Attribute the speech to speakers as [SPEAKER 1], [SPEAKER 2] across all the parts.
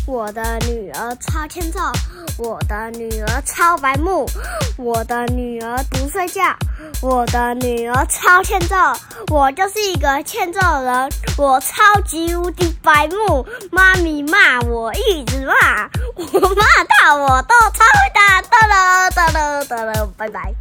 [SPEAKER 1] 我的女儿超欠揍，我的女儿超白目，我的女儿不睡觉，我的女儿超欠揍，我就是一个欠揍人，我超级无敌白目，妈咪骂我一直骂，我骂到我都超会打，哒了，拜拜。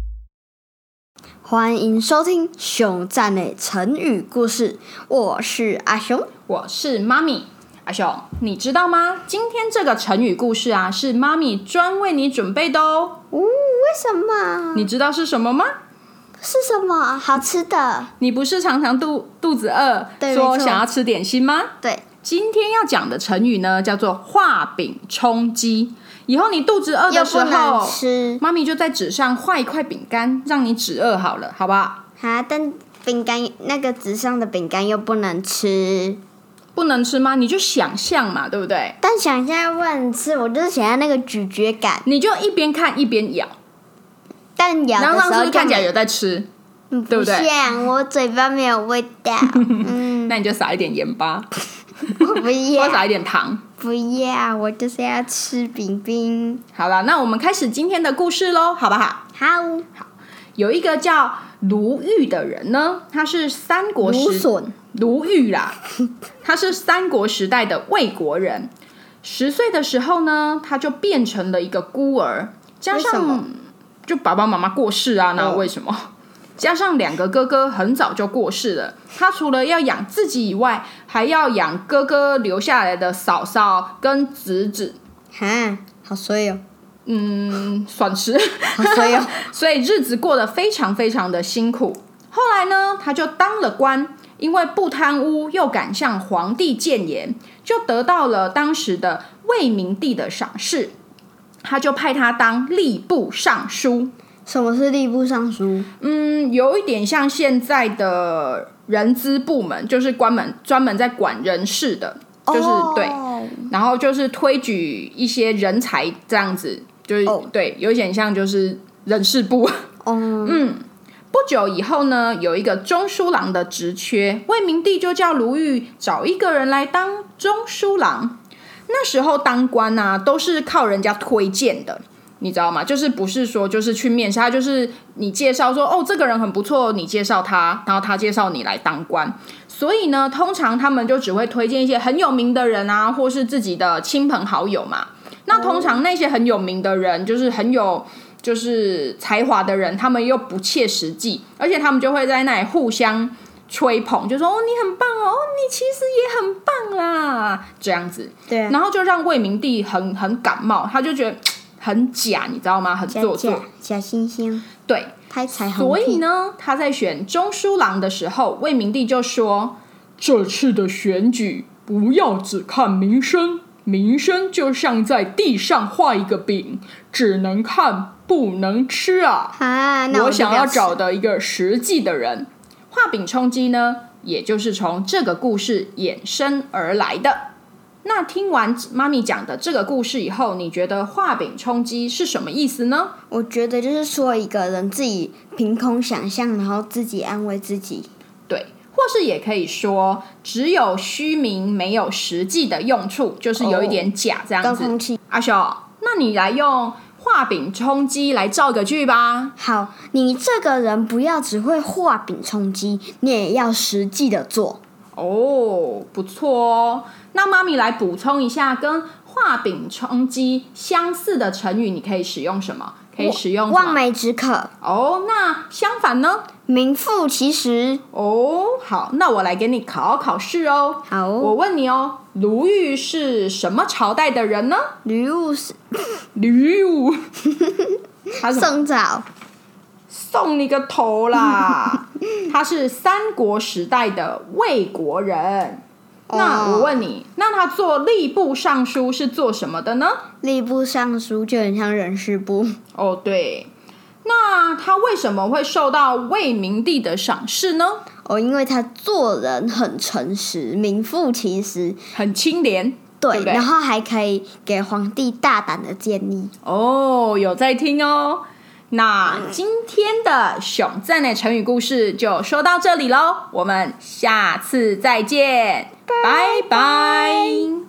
[SPEAKER 1] 欢迎收听熊赞的成语故事，我是阿雄，
[SPEAKER 2] 我是妈咪。阿雄，你知道吗？今天这个成语故事啊，是妈咪专为你准备的哦。
[SPEAKER 1] 为什么？
[SPEAKER 2] 你知道是什么吗？
[SPEAKER 1] 是什么？好吃的。
[SPEAKER 2] 你不是常常肚子饿，说想要吃点心吗？
[SPEAKER 1] 对。
[SPEAKER 2] 今天要讲的成语呢，叫做画饼充饥。以后你肚子饿的时候，妈咪就在纸上画一块饼干，让你止饿好了，好不好？
[SPEAKER 1] 但饼干那个纸上的饼干又不能吃。
[SPEAKER 2] 不能吃吗？你就想象嘛，对不对？
[SPEAKER 1] 但想象不能吃，我就是想要那个咀嚼感。
[SPEAKER 2] 你就一边看一边咬，
[SPEAKER 1] 但咬的时候
[SPEAKER 2] 然后是不是看起来有在吃？对不对？
[SPEAKER 1] 不像，我嘴巴没有味道。
[SPEAKER 2] 那你就撒一点盐巴，
[SPEAKER 1] 我不要，
[SPEAKER 2] 或撒一点糖。
[SPEAKER 1] 不要，我就是要吃饼饼。
[SPEAKER 2] 好了，那我们开始今天的故事咯，好不好？
[SPEAKER 1] 好。
[SPEAKER 2] 有一个叫卢玉的人呢，他是三国卢玉啦，他是三国时代的魏国人。10岁的时候呢，他就变成了一个孤儿，加上就爸爸妈妈过世啊，那为什么？加上2个哥哥很早就过世了，他除了要养自己以外，还要养哥哥留下来的嫂嫂跟侄子。
[SPEAKER 1] 好衰哦。
[SPEAKER 2] 算是
[SPEAKER 1] 好衰哦。
[SPEAKER 2] 所以日子过得非常非常的辛苦。后来呢，他就当了官，因为不贪污又敢向皇帝谏言，就得到了当时的魏明帝的赏识，他就派他当吏部尚书。
[SPEAKER 1] 什么是吏部尚书？
[SPEAKER 2] 有一点像现在的人资部门，就是专门在管人事的，就是对，然后就是推举一些人才这样子，就是对，有点像就是人事部。不久以后呢，有一个中书郎的职缺，魏明帝就叫卢玉找一个人来当中书郎。那时候当官啊，都是靠人家推荐的。你知道吗？就是不是说就是去面试，他就是你介绍说这个人很不错，你介绍他，然后他介绍你来当官。所以呢，通常他们就只会推荐一些很有名的人啊，或是自己的亲朋好友嘛。那通常那些很有名的人，就是很有就是才华的人，他们又不切实际，而且他们就会在那里互相吹捧，就说你很棒哦，你其实也很棒啦，这样子。
[SPEAKER 1] 对。
[SPEAKER 2] 然后就让魏明帝很感冒，他就觉得很假，你知道吗？很做作，
[SPEAKER 1] 假惺惺。
[SPEAKER 2] 对，
[SPEAKER 1] 拍彩虹屁。
[SPEAKER 2] 所以呢，他在选中书郎的时候，魏明帝就说：这次的选举不要只看名声，名声就像在地上画一个饼，只能看不能吃啊！
[SPEAKER 1] 那
[SPEAKER 2] 我想要找的一个实际的人。画饼充饥呢，也就是从这个故事衍生而来的。那听完妈咪讲的这个故事以后，你觉得画饼充饥是什么意思呢？
[SPEAKER 1] 我觉得就是说一个人自己凭空想象，然后自己安慰自己。
[SPEAKER 2] 对，或是也可以说只有虚名没有实际的用处，就是有一点假这样子。
[SPEAKER 1] 高空气。
[SPEAKER 2] 阿雄，那你来用画饼充饥来造个句吧。
[SPEAKER 1] 好，你这个人不要只会画饼充饥，你也要实际的做。
[SPEAKER 2] 不错哦。那妈咪来补充一下，跟画饼充饥相似的成语，你可以使用什么？可以使用什么？
[SPEAKER 1] 望梅止渴。
[SPEAKER 2] 那相反呢？
[SPEAKER 1] 名副其实。
[SPEAKER 2] 好，那我来给你考试哦。
[SPEAKER 1] 好，
[SPEAKER 2] 我问你哦，卢玉是什么朝代的人呢？
[SPEAKER 1] 吕务是
[SPEAKER 2] 吕武，
[SPEAKER 1] 宋朝。
[SPEAKER 2] 送你个头啦！他是三国时代的魏国人。那我问你，那他做吏部尚书是做什么的呢？
[SPEAKER 1] 吏部尚书就很像人事部。
[SPEAKER 2] 对。那他为什么会受到魏明帝的赏识呢？
[SPEAKER 1] 因为他做人很诚实，名副其实，
[SPEAKER 2] 很清廉。
[SPEAKER 1] 对，然后还可以给皇帝大胆的建议。
[SPEAKER 2] 有在听哦。那今天的熊赞的成语故事就说到这里咯，我们下次再见，拜拜。